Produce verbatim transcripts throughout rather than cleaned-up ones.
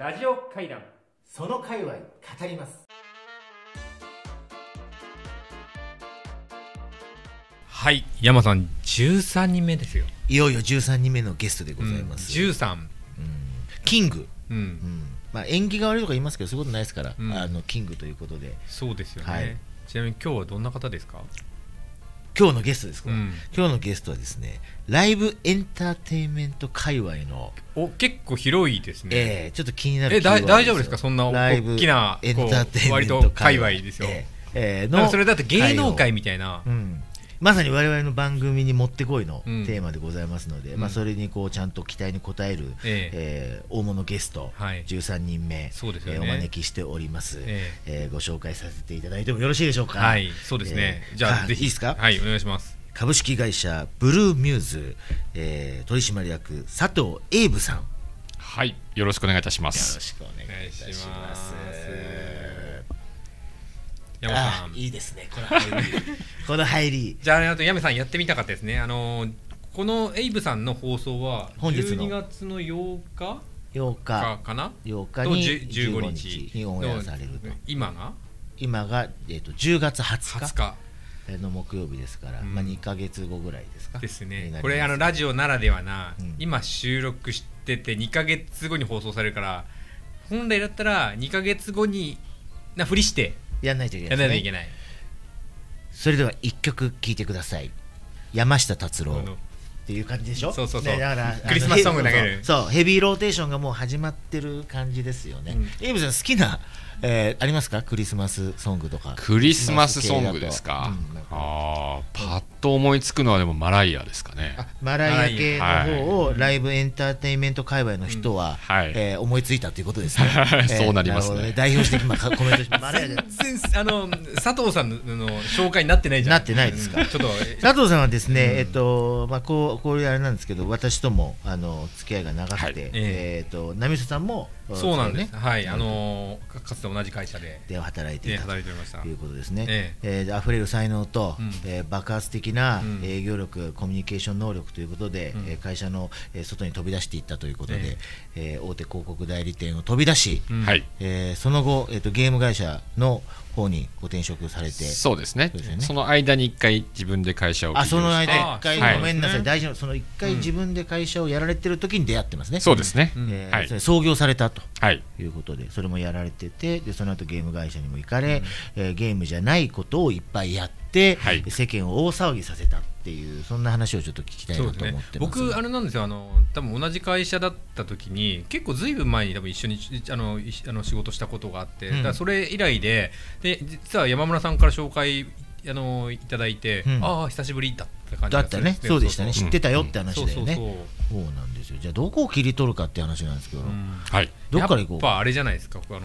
ラジオ会談、 その界隈語ります。 はい、山さんじゅうさんにんめですよ。 いよいよじゅうさんにんめのゲストでございます、 うん、じゅうさん、うん、 キング、 うんうん、 まあ、縁起が悪いとか言いますけどそういうことないですから、 うん、 あのキングということで。 そうですよね、 はい、 ちなみに今日はどんな方ですか？ 今日のゲストですか、うん、今日のゲストはですね、ライブエンターテインメント界隈のお結構広いですね、 えー、ちょっと気になるキーワードですよ。え大丈夫ですか？そんな大きなエンターテインメン割トと界隈ですよ、 えーえー、のそれだって芸能界みたいな、うん、 まさに我々の番組にもってこいのテーマでございますので、うん、まあ、それにこうちゃんと期待に応える、えええー、大物ゲスト、はい、じゅうさんにんめ、そうですよね、えー、お招きしております、えーえー、ご紹介させていただいてもよろしいでしょうか？ はい、そうですね、えー、じゃあぜひいいですか？はい、お願いします。 株式会社ブルーミューズ、えー、取締役佐藤英武さん。 はい、よろしくお願いいたします。 よろしくお願いいたします。 山さん、 いいですね、この入りこの入り。 じゃあ、あと山さんやってみたかったですね。あのこのエイブさんの放送はじゅうにがつのようかようかかなようかにじゅうごにちにオンエアされると。 今が今が、えー、とじゅうがつはつかはつかの木曜日ですから、うん、まあ、にかげつごぐらいですかですね。これあのラジオならではな、うん、今収録しててにかげつごに放送されるから、本来だったらにかげつごになふりしてやんないといけないですね。 やらないといけない。 それではいっきょく聴いてください。山下達郎っていう感じでしょ。 そうそうそう、 ね、だからクリスマスソング投げる。 そう、ヘビーローテーションがもう始まってる感じですよね、うん、エイブさん好きな、えー、ありますか？クリスマスソングとか。 クリスマスソングですか？うん、あパッと思いつくのはでもマライアですかね。 あマライア系の方をライブエンターテインメント界隈の人は、うん、はい、えー、思いついたということですね。 そうなりますね。 えー、代表して今コメントします。 全然あの佐藤さんの紹介になってないじゃん。 なってないですか？うん、ちょっと佐藤さんはですね、うん、えっとまあこうこういうあれなんですけど、私ともあの付き合いが長くて、はい、えっと波瀬さんもそうなんです、ね、はい、あのー、かつて同じ会社でで働いていたということですね。 えええー、あふれる才能と、うん、えー、爆発的な営業力、うん、コミュニケーション能力ということで、うん、会社の外に飛び出していったということで、えええー、大手広告代理店を飛び出し、うん、えー、その後、えーと、ゲーム会社の方にご転職されて。 そうですね、その間にいっかい自分で会社を起業して、 あその間いっかい、ごめんなさい、大事なそのいっかい自分で会社をやられてる時に出会ってますね。 そうですね、 えーはい、それ創業されたということで、それもやられてて、でその後ゲーム会社にも行かれ、うん、えー、ゲームじゃないことをいっぱいやって、はい、世間を大騒ぎさせたっていう、そんな話をちょっと聞きたいなと思ってます。 ね、僕あれなんですよ、あの多分同じ会社だった時に結構ずいぶん前に多分一緒にあのあの仕事したことがあって、うん、だからそれ以来で、で実は山村さんから紹介あのいただいて、うん、ああ久しぶりだって感じだったね。そうでしたね、知ってたよって話だよね。そうなんですよ。じゃあどこを切り取るかって話なんですけど、うん、 はい、 どっから行こう。 やっぱあれじゃないですか、あのー、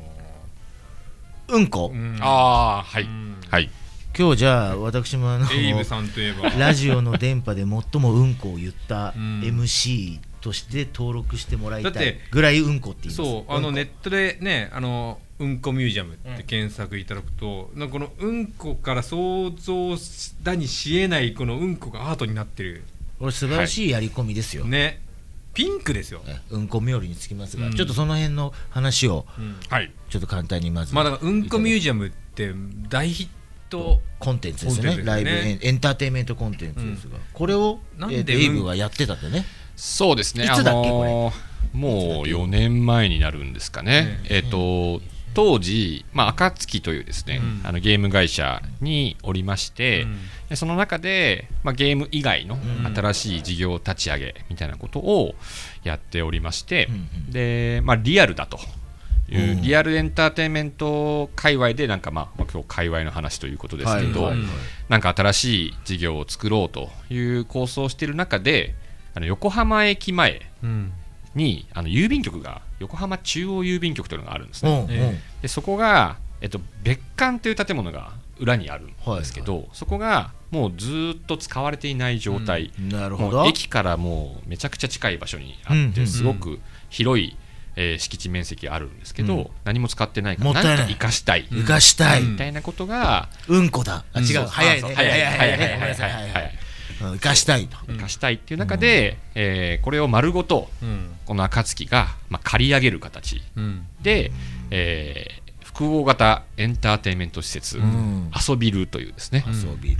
うんこ、 うん、 ああはい、うん、はい。 今日じゃあ私もあのエイブさんといえばラジオの電波で最もうんこを言った エムシー として登録してもらいたいぐらいうんこって言います。 そう、あのネットでね、あのうんこミュージアムって検索いただくと、うん、なんかこのうんこから想像だにしえないこのうんこがアートになってる。 これ素晴らしいやり込みですよ、 はい、ね、ピンクですよ。 うんこ冥利につきますが、うん、ちょっとその辺の話を、うん、ちょっと簡単にまず、 まあだからうんこミュージアムって大ヒットコンテンツですよ ね, ねライブエンターテインメントコンテンツですが、うん、これをなんで、えー、エイブがやってたってね。 そうですね、 いつだっけ、 あのー、これもうよねんまえになるんですかね、うん、えーと当時、まあ、暁というですね、うん、あのゲーム会社におりまして、うん、その中で、まあ、ゲーム以外の新しい事業立ち上げみたいなことをやっておりまして、うん、で、まあ、リアルだというリアルエンターテインメント界隈でなんか、まあ、今日界隈の話ということですけど、はいはいはい、なんか新しい事業を作ろうという構想をしている中で、あの横浜駅前に、うん、あの郵便局が横浜中央郵便局というのがあるんですね、うんうん、でそこが、えっと、別館という建物が裏にあるんですけど、はいはい、そこがもうずっと使われていない状態、 うん、なるほど。 もう駅からもうめちゃくちゃ近い場所にあって、うんうんうん、すごく広いえー、敷地面積あるんですけど、うん、何も使ってないから何か生かしたい生かしたいみたいなことが、 うんこだ。あ、違う、早いね、 早い早い早い早い早い早い生かしたいと生かしたいっていう中で、うんえー、これを丸ごと、うん、この暁が、まあ、借り上げる形で、うんえー複合型エンターテインメント施設、うん、遊びるというですね、うん、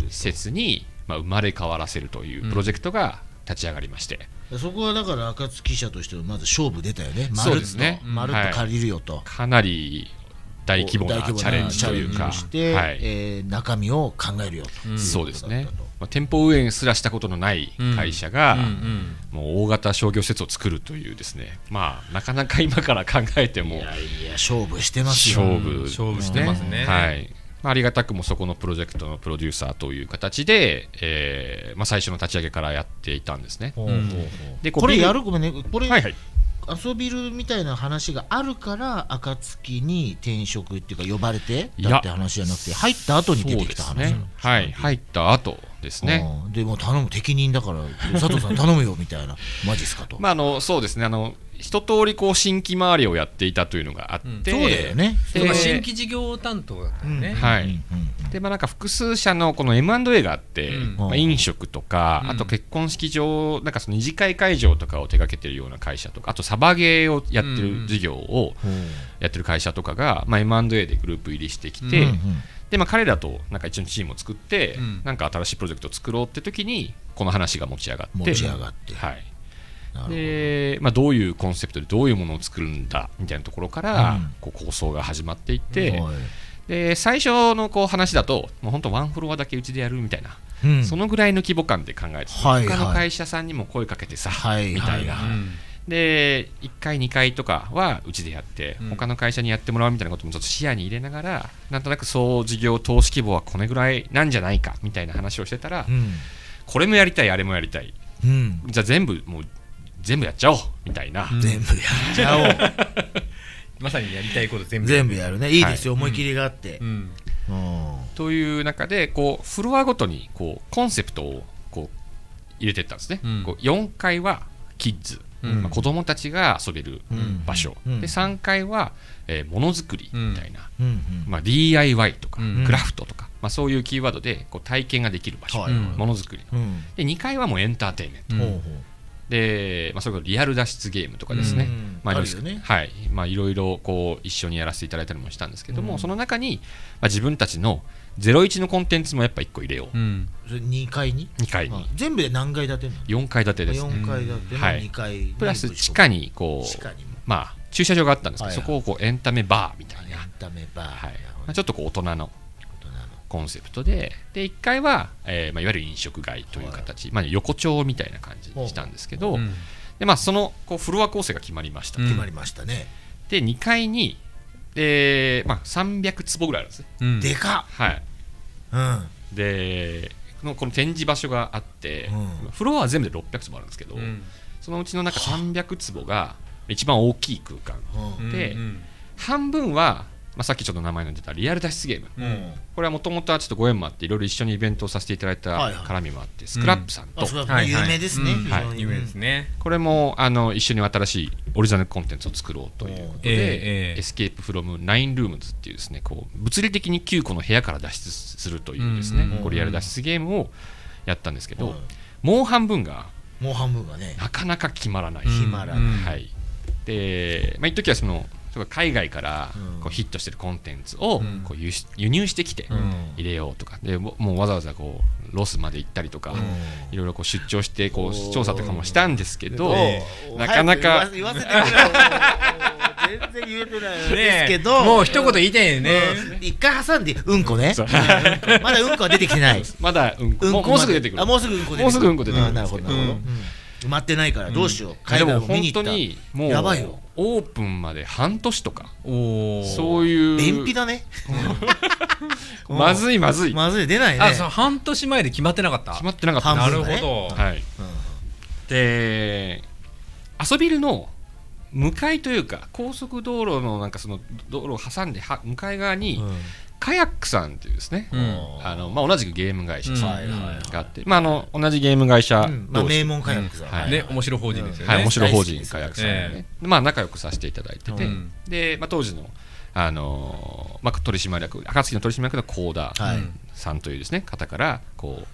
施設に、まあ、生まれ変わらせるというプロジェクトが立ち上がりまして、 うん、そこはだから暁社としてはまず勝負出たよね。そうですね、まるっと借りるよと、 はい、かなり大規模なチャレンジというかして、はいえー、中身を考えるよと、 うん、そうですね、まあ、店舗運営すらしたことのない会社が、うんうんうん、もう大型商業施設を作るというですね、まあ、なかなか今から考えてもいやいや勝負してますよ。 勝負、 勝負してますね、 はいまあ、ありがたくもそこのプロジェクトのプロデューサーという形で、えーまあ、最初の立ち上げからやっていたんですね、うん、 でこれやるごめんねこれ、はいはい遊びるみたいな話があるから暁に転職っていうか呼ばれてだって話じゃなくて入った後に出てきた話なの、ね、 はい入った後ですね。 でも頼む適任だから佐藤さん頼むよみたいなマジっすかとまああのそうですねあの一通りこう新規回りをやっていたというのがあって、うん、 そうだよね、 えー、新規事業担当だったよね、 うん、はい、うんうん、でまあなんか複数社のこの エムアンドエー があって、うんまあ、飲食とか、うん、あと結婚式場なんかその二次会会場とかを手掛けてるような会社とかあとサバゲーをやってる事業をやってる会社とかが、まあ、エムアンドエー でグループ入りしてきて、うんうんでまあ、彼らとなんか一緒にチームを作って、うん、なんか新しいプロジェクトを作ろうって時にこの話が持ち上がって持ち上がって、 はいでまあ、どういうコンセプトでどういうものを作るんだみたいなところから、うん、こう構想が始まっていって、うん、で最初のこう話だともう本当ワンフロアだけうちでやるみたいな、うん、そのぐらいの規模感で考えて、はいはい、他の会社さんにも声かけてさ、はい、みたいな、はいはい、でいっかいにかいとかはうちでやって、うん、他の会社にやってもらうみたいなこともちょっと視野に入れながらなんとなく総事業投資規模はこれぐらいなんじゃないかみたいな話をしてたら、うん、これもやりたいあれもやりたい、うん、じゃあ全部もう全部やっちゃおうみたいな、 うん、全部やっちゃおうまさにやりたいこと全部全部やるねいいですよ、はい、思い切りがあって、うんうん、という中でこうフロアごとにこうコンセプトをこう入れていったんですね、うん、こうよんかいはキッズ、うんまあ、子どもたちが遊べる場所、うん、でさんかいは、えー、ものづくりみたいな、うんまあ、ディーアイワイ とか、うん、クラフトとか、まあ、そういうキーワードでこう体験ができる場所、ものづくりの、うん、でにかいはもうエンターテインメント、うんでまあ、それこそリアル脱出ゲームとかですね、うんまあ、あるよね、はいまあ、いろいろこう一緒にやらせていただいたりもしたんですけども、うん、その中に、まあ、自分たちのゼロイチのコンテンツもやっぱいっこ入れよう、うん、 それにかいににかいに、 まあ、全部で何階建てなのよんかい建てですね、 よんかい建てのにかい、はい、 プラス地下にこうまあ、駐車場があったんですけど、はいはい、そこをこうエンタメバーみたいな、エンタメバー、 はいまあ、ちょっとこう大人のコンセプトで、でいっかいは、えーまあ、いわゆる飲食街という形、はいまあ、横丁みたいな感じにしたんですけど、うんでまあ、そのこうフロア構成が決まりました、 決まりましたね。 でにかいに、えーまあ、さんびゃくつぼぐらいあるんですね、 うん、でかっ、はいうん、でこの、この展示場所があって、うん、フロアは全部でろっぴゃくつぼあるんですけど、うん、そのうちの中さんびゃくつぼが一番大きい空間、うん、で、うんうん、半分はまあ、さっきちょっと名前の出たリアル脱出ゲーム、うん、これはもともとはちょっとご縁もあっていろいろ一緒にイベントをさせていただいた絡みもあって、はいはい、スクラップさんと、 うん、有名ですね、 うんはい、有名ですね。 これもあの一緒に新しいオリジナルコンテンツを作ろうということで、えー、エスケープフロムナインルームズっていうですねこう物理的にきゅうこの部屋から脱出するというですね、うんうん、こうリアル脱出ゲームをやったんですけど、うん、もう半分がもう半分がねなかなか決まらない、 決まらない、 はい、で、まあ、一時はその海外からこうヒットしてるコンテンツをこう輸入してきて入れようとかでもうわざわざこうロスまで行ったりとかいろいろこう出張してこう調査とかもしたんですけどなかなか言わせてくれよ全然言えてないですけどもう一言言いたいよね一回挟んでうんこねまだうんこは出てきてないまだうんこもうすぐ出てくるもうすぐうんこ出てくるなるほど埋まってないからどうしよう海外を見に行ったにもうやばいよオープンまで半年とかそういう便秘だねまずいまずいまずい出ないねあその半年前で決まってなかった決まってなかったなるほど、 はいうん、で遊びるの向かいというか高速道路のなんかその道路を挟んでは向かい側に、うんカヤックさんっていうですね、うんあのまあ、同じくゲーム会社さんがあって、うんまあ、あの同じゲーム会社、 うんまあ、名門カヤックさん、 うんはいね、面白法人ですよね、 はい、面白法人カヤックさんで、ねえーまあ、仲良くさせていただいてて、うん、でまあ、当時の、あのまあ、取締役暁の取締役の幸田さんというですね、はい、方からこう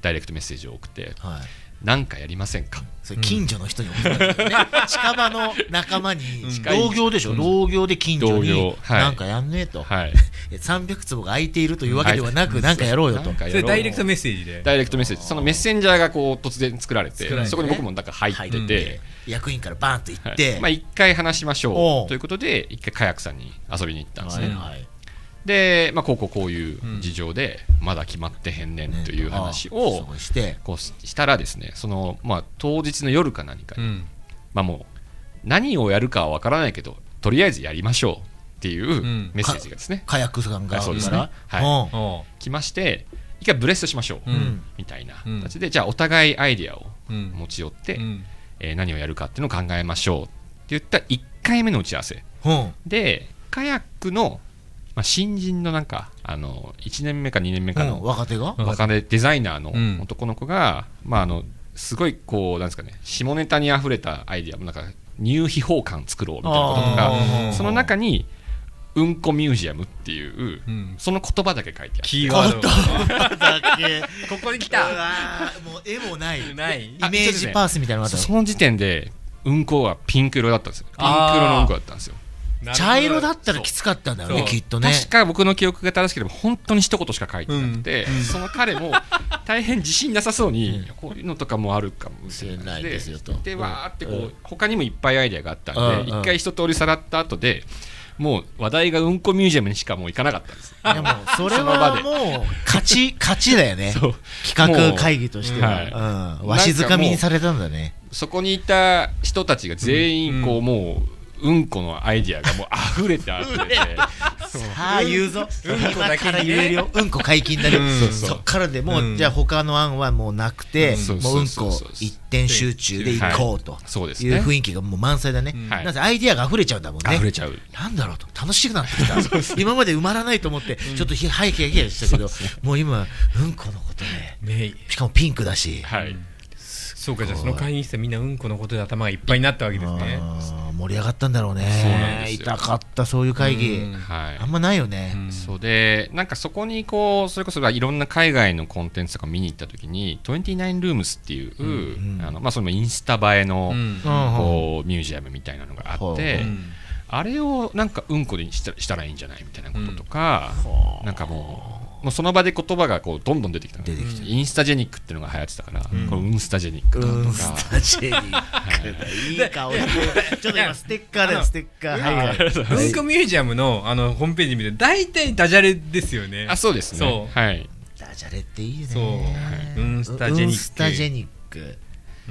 ダイレクトメッセージを送って、 はい、 なんかやりませんか。 それ近所の人に送るんですよね、近場の仲間に、同業でしょ、同業で近所になんかやんねえと、はい、さんびゃくつぼが空いているというわけではなく、なんかやろうよと。 それダイレクトメッセージで、 ダイレクトメッセージ、そのメッセンジャーがこう突然作られて、そこに僕もなんか入ってて、 役員からバーンと行って、 まあ一回話しましょうということで、一回カヤックさんに遊びに行ったんですね。で、まあ、こうこうこういう事情でまだ決まってへんねんという話をこうしたらですね、そのまあ当日の夜か何かに、まあもう何をやるかは分からないけどとりあえずやりましょうっていうメッセージがですね、 カヤックさんがそうですね、はい、来まして、一回ブレストしましょうみたいな形で、じゃあお互いアイデアを持ち寄ってえ何をやるかっていうのを考えましょうって言ったいっかいめの打ち合わせで、カヤックのまあ、新人のなんかあのいちねんめかにねんめかの若手が若手デザイナーの男の子が、まあ、あのすごいこうなんですかね、下ネタにあふれたアイデア、なんかニュー秘宝館作ろうみたいなこととか、その中にうんこミュージアムっていう、うん、その言葉だけ書いてある、 キーワードだけここに来た、 もう絵もないないイメージパースみたいなのがあった。 その時点でうんこはピンク色だったんですよ。ピンク色のうんこだったんですよ。 茶色だったらきつかったんだよね、きっとね。 確か僕の記憶が正しければ本当に一言しか書いてなくて、うん、その彼も大変自信なさそうに、うん、こういうのとかもあるかもしれないですよと。でわーってこう、うん、他にもいっぱいアイデアがあったんで、一、うん、回一通りさらった後でもう話題がうんこミュージアムにしかもう行かなかったんです。 いやもうそれはもう勝ち勝ちだよね。企画会議としては、はい、うん、わしづかみにされたんだね。 そこにいた人たちが全員こう、うん、もううんこのアイディアがもう溢れて溢れてさあ言うぞ、うんこだけ言えるよ、うんこ解禁だね、そっからでもうじゃあ他の案はもうなくて、もううんこ一点集中でいこうという雰囲気がもう満載だね。なぜアイディアが溢れちゃうんだもんね。 溢れちゃう、 なんだろうと楽しくなってきた。今まで埋まらないと思ってちょっとヒヤヒヤしたけど、もう今うんこのことね、しかもピンクだし、 そうか、じゃあその会議室でみんなうんこのことで頭がいっぱいになったわけですね。 盛り上がったんだろうね。痛かった、そういう会議、うん、はい、あんまないよね。 うん、そうで、なんかそこにこうそれこそいろんな海外のコンテンツとか見に行った時ににじゅうきゅうルームスっていう、うん、あのまあそれもインスタ映えの、うん、こうミュージアムみたいなのがあって、うん、あれをなんかうんこにした、したらいいんじゃないみたいなこととか、うん、なんかもうもうその場で言葉がこうどんどん出てきたの。出てきた。インスタジェニックっていうのが流行ってたから、うん、このウンスタジェニックとか。ウンスタジェニックだ、いい顔してる。ちょっと今ステッカーだよ、ステッカー。はいはい。うんこミュージアムのあのホームページ見て大体ダジャレですよね。 あ、そうですね。そう。はい。 ダジャレっていいね。 そう。ウンスタジェニック。ウンスタジェニック。うん。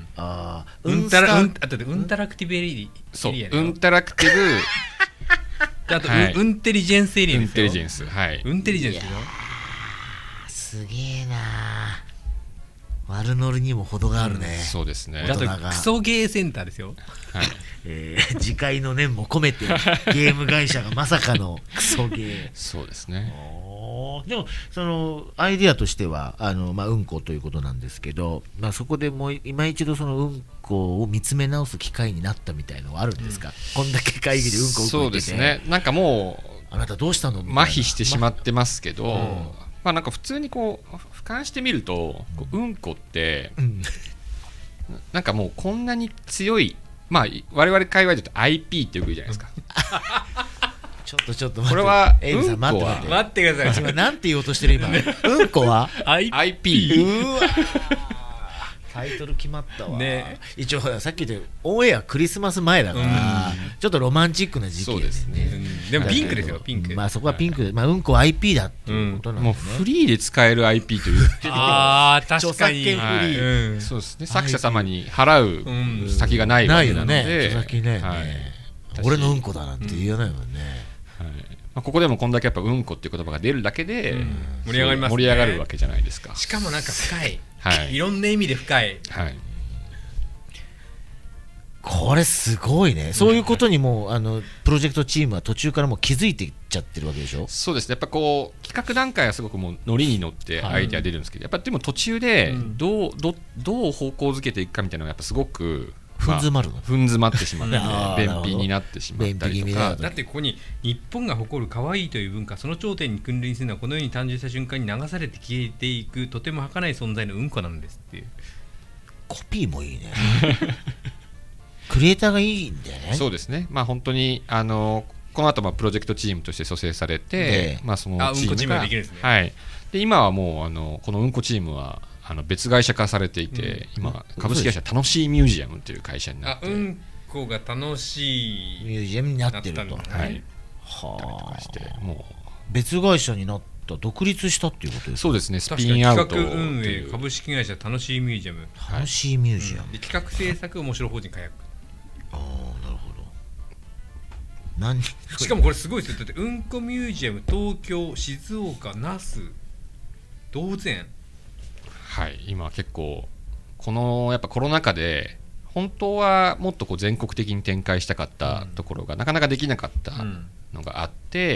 ああ。 ウンタラウンあとでウンタラクティブエリア。 そう。ウンタラクティブ。 あとウンテリジェンスエリア。 ウンテリジェンス。はい。 ウンテリジェンスよ。 すげえな、悪ノリにも程があるね、 うん、そうですね。 あとクソゲーセンターですよ、 はい、えー、次回の念も込めてゲーム会社がまさかのクソゲー。 そうですね。 でもそのアイディアとしてはあの、まあ、うんこということなんですけど、まあ、そこでもう今一度そのうんこを見つめ直す機会になったみたいのはあるんですか、うん、こんだけ会議でうんこをそうですね。なんかもうあなたどうしたのみたいな麻痺してしまってますけど、まうんまあ、なんか普通にこう俯瞰してみるとこううんこって、うん、なんかもうこんなに強い、まあ我々界隈で言うと アイピー ってよく言うじゃないですか。 ちょっとちょっと待って、 これはエイブさん待って待って待ってください。 今なんて言おうとしてる今。うんこはアイピー。 うわタイトル決まったわ、ね、一応さっき言ったオンエアクリスマス前だから、うん、ちょっとロマンチックな時期そうですね、 うん、でもピンクですよ、ピンク、 まあ、そこはピンク、まあ、うんこは アイピー だっていうことなんですね、 うん、もうフリーで使える アイピー というああ確かに著作権フリー、 はいうん、そうですね、作者様に払う先がないわけなので、 ないよね、著作権ないよね、はい、俺のうんこだなんて言わないもんね、 うんはいまあ、ここでもこんだけやっぱうんこっていう言葉が出るだけで、うん、 盛り上がりますね。 盛り上がるわけじゃないですか。 しかもなんか深い、 はい、 いろんな意味で深い、 はい、 これすごいね。そういうことにもうあのプロジェクトチームは途中からもう気づいていっちゃってるわけでしょ。 そうですね。やっぱこう企画段階はすごくもうノリに乗ってアイデア出るんですけど、はい、やっぱでも途中でどう、どどう方向づけていくかみたいなのがやっぱすごくふん詰まるの、 まあ、ふん詰まってしまって便秘になってしまったりとか。 だってここに日本が誇る可愛いという文化、その頂点に君臨するのはこのように誕生した瞬間に流されて消えていくとても儚い存在のうんこなんですっていう。 コピーもいいねクリエイターがいいんだよね。 そうですね、まあ本当にあのこの後まあプロジェクトチームとして組成されて、まあそのチームが、はい、で今はもうあのこのうんこチームはあの別会社化されていて、うん、今株式会社楽しいミュージアムという会社になって、 あ、うんこが楽しいミュージアムになってると、 ね、 はい、はあ、してもう別会社になった独立したっていうことですか。 そうですね、スピンアウト企画運営株式会社楽しいミュージアム、 楽しいミュージアム、 うん、企画制作面白法人火薬。 ああ、なるほど。何しかもこれすごいですよ。だってうんこミュージアム東京、静岡、那須、同然。 はい、今結構このやっぱコロナ禍で本当はもっとこう全国的に展開したかったところがなかなかできなかったのがあって、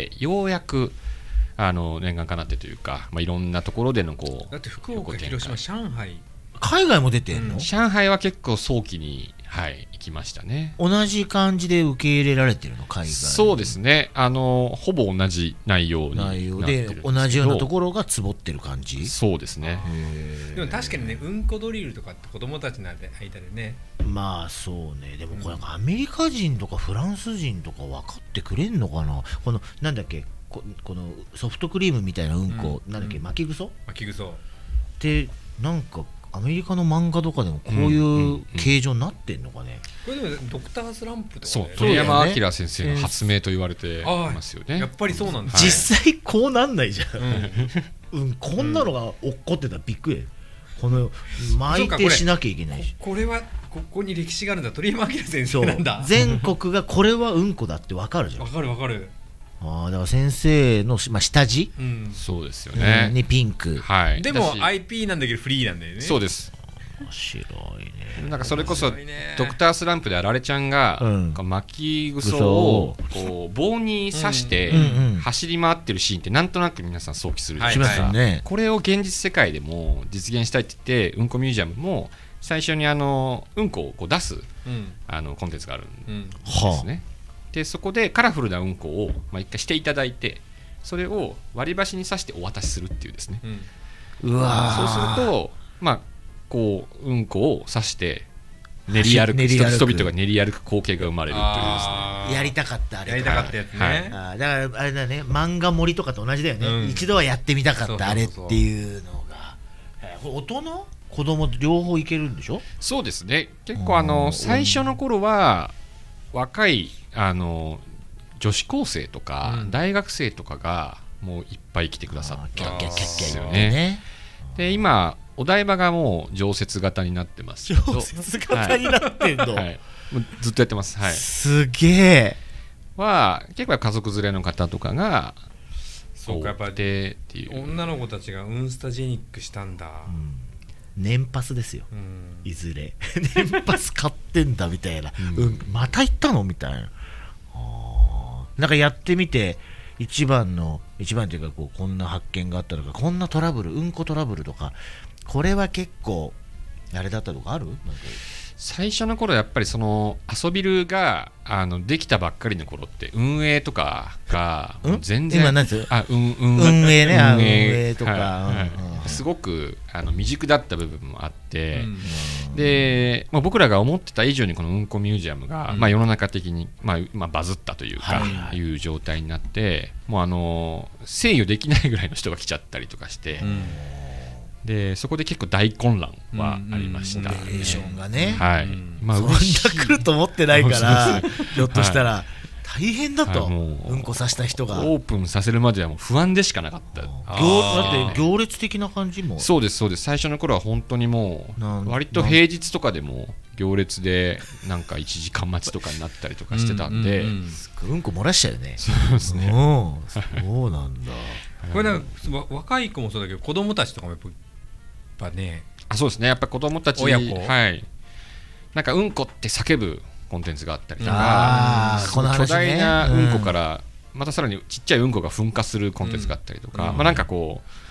うん、ようやくあの念願かなってというか、まあ、いろんなところでのこう、 だって福岡、広島、上海、 海外も出てんの、うん、 上海は結構早期に、はい、行きましたね。 同じ感じで受け入れられてるの、海外。 そうですね、あのほぼ同じ内容になってるんですけど、 で同じようなところがつぼってる感じ。 そうですね。 でも確かにね、うんこドリルとかって子供たちの間でね、 まあそうね。でもこれアメリカ人とかフランス人とか分かってくれんのかな。このなんだっけ、こ, このソフトクリームみたいなうんこ、うん、なんだっけ、巻きぐそ巻きぐそってなんかアメリカの漫画とかでもこういう形状になってんのかね、 うんうんうん、これでもドクタースランプとか、ね、 そう鳥山明先生の発明と言われてますよね。 やっぱりそうなんだ、 はい、実際こうなんないじゃん、うんうん、こんなのが落っこってたらびっくり。この巻いてしなきゃいけないし、 これはここに歴史があるんだ、鳥山明先生なんだ。 全国がこれはうんこだって分かるじゃん。 分かる分かる。 ああ、だから先生の、まあ、下地、 うん、そうですよね、 うん、にピンク、 はい、 でも アイピー なんだけどフリーなんだよね。 そうです。 面白いね。 なんかそれこそドクタースランプであられちゃんが、うん、巻きぐそをこう棒に刺して走り回ってるシーンってなんとなく皆さん想起するじゃないですか、はいはい、これを現実世界でも実現したいって言ってうんこミュージアムも最初にあのうんこをこう出す、うん、あのコンテンツがあるんですね、うんでそこでカラフルなうんこをまあ一回していただいて、それを割り箸に刺してお渡しするっていうですね、うん、うわそうするとまあこううんこを刺して練り歩く人々が練り歩く光景が生まれるというですね。 やりたかったあれやりたかったやつね、はい、 あだからあれだね、漫画森とかと同じだよね、うん、一度はやってみたかったあれっていうのが、えー、これ大人子供両方いけるんでしょ。 そうですね、結構あの最初の頃は若いあの女子高生とか、うん、大学生とかがもういっぱい来てくださったんですよね。で今お台場がもう常設型になってますけど、 常設型になってんの、 はいはい、もうずっとやってます、はい、 すげえ。 は結構家族連れの方とかがそうか、やっぱり女の子たちがウンスタジェニックしたんだ、 うん、年パスですよ、うん、いずれ年パス買ってんだみたいな、うんうん、また行ったのみたいな。なんかやってみて一番の一番というかこうこんな発見があったとか、こんなトラブル、うんこトラブルとか、これは結構あれだったとかある？なんか最初の頃やっぱりその遊びるがあのできたばっかりの頃って運営とかが全然今何ですあ、うんうん、 運営ね、運営とか、はいはい、すごくあの未熟だった部分もあって、うん、で、まあ、僕らが思ってた以上にこのうんこミュージアムが、うんまあ、世の中的に、まあまあ、バズったというか、はいはい、いう状態になって、もうあの制御できないぐらいの人が来ちゃったりとかして、うんでそこで結構大混乱はありました、 うんうん、テンションがね、 はい、 まあ、そんな来ると思ってないからひょっとしたら大変だと、はい、うんこさせた人がオープンさせるまではもう不安でしかなかった。 だって行列的な感じも。 そうですそうです。最初の頃は本当にもう割と平日とかでも行列でなんかいちじかん待ちとかになったりとかしてたんで、うん、うんうん、うんこ漏らしちゃうよね。 そうですね、 そうなんだ。 これなんか若い子もそうだけど子供たちとかもやっぱやっぱね、 あそうですね、やっぱ子供たち親子、 はい、なんかうんこって叫ぶコンテンツがあったりとか、 あこの話ね、 巨大なうんこからまたさらにちっちゃいうんこが噴火するコンテンツがあったりとか、うんまあ、なんかこう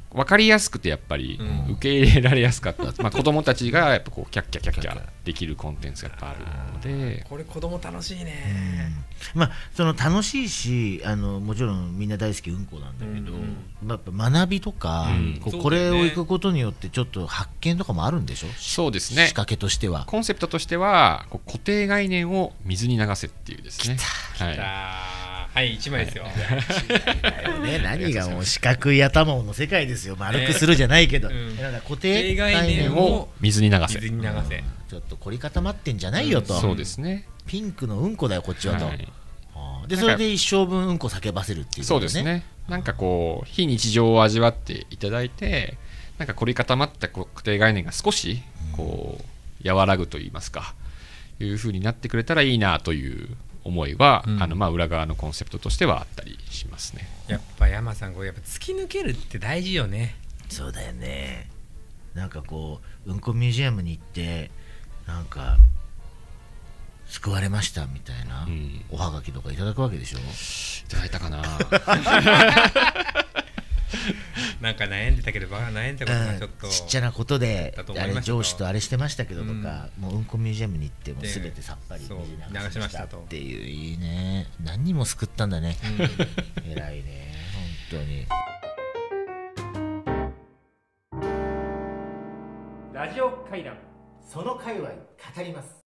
分かりやすくてやっぱり受け入れられやすかった、うん、まあ子供たちがやっぱこうキャッキャキャッキャできるコンテンツがやっぱあるので、 これ子供楽しいね、 うん、まあその楽しいし、あのもちろんみんな大好きうんこなんだけど、うん、まあ、やっぱ学びとか、うん、こ, これを行くことによってちょっと発見とかもあるんでしょ。 そうですね、 仕掛けとしては、 コンセプトとしてはこう固定概念を水に流せっていうですね。 きた、はい、はい、一枚ですよ。 ね、何がもう四角い頭の世界ですよ。丸くするじゃないけど、ね、うん、なんか固定概念を水に流せ。 水に流せ。 ちょっと凝り固まってんじゃないよと。 うん、そうですね。 ピンクのうんこだよこっちはと。はい、でそれで一生分うんこ叫ばせるっていうことね。 そうですね。なんかこう非日常を味わっていただいて、なんか凝り固まった固定概念が少しこう和らぐと言いますか、いう風になってくれたらいいなという思いは、うん、あのまあ裏側のコンセプトとしてはあったりしますね。 やっぱ山さん、こうやっぱ突き抜けるって大事よね。 そうだよね。なんかこううんこミュージアムに行ってなんか救われましたみたいな、うん、おはがきとかいただくわけでしょ。 いただいたかな。 なんか悩んでたけど悩んだことがちょっと、 うん、ちっちゃなことであれ上司とあれしてましたけどとか、うん、もううんこミュージアムに行っても全てさっぱり流しましたっていう、いいね。何にも救ったんだね、うん、偉いね本当に。 ラジオ会談、 その界隈語ります。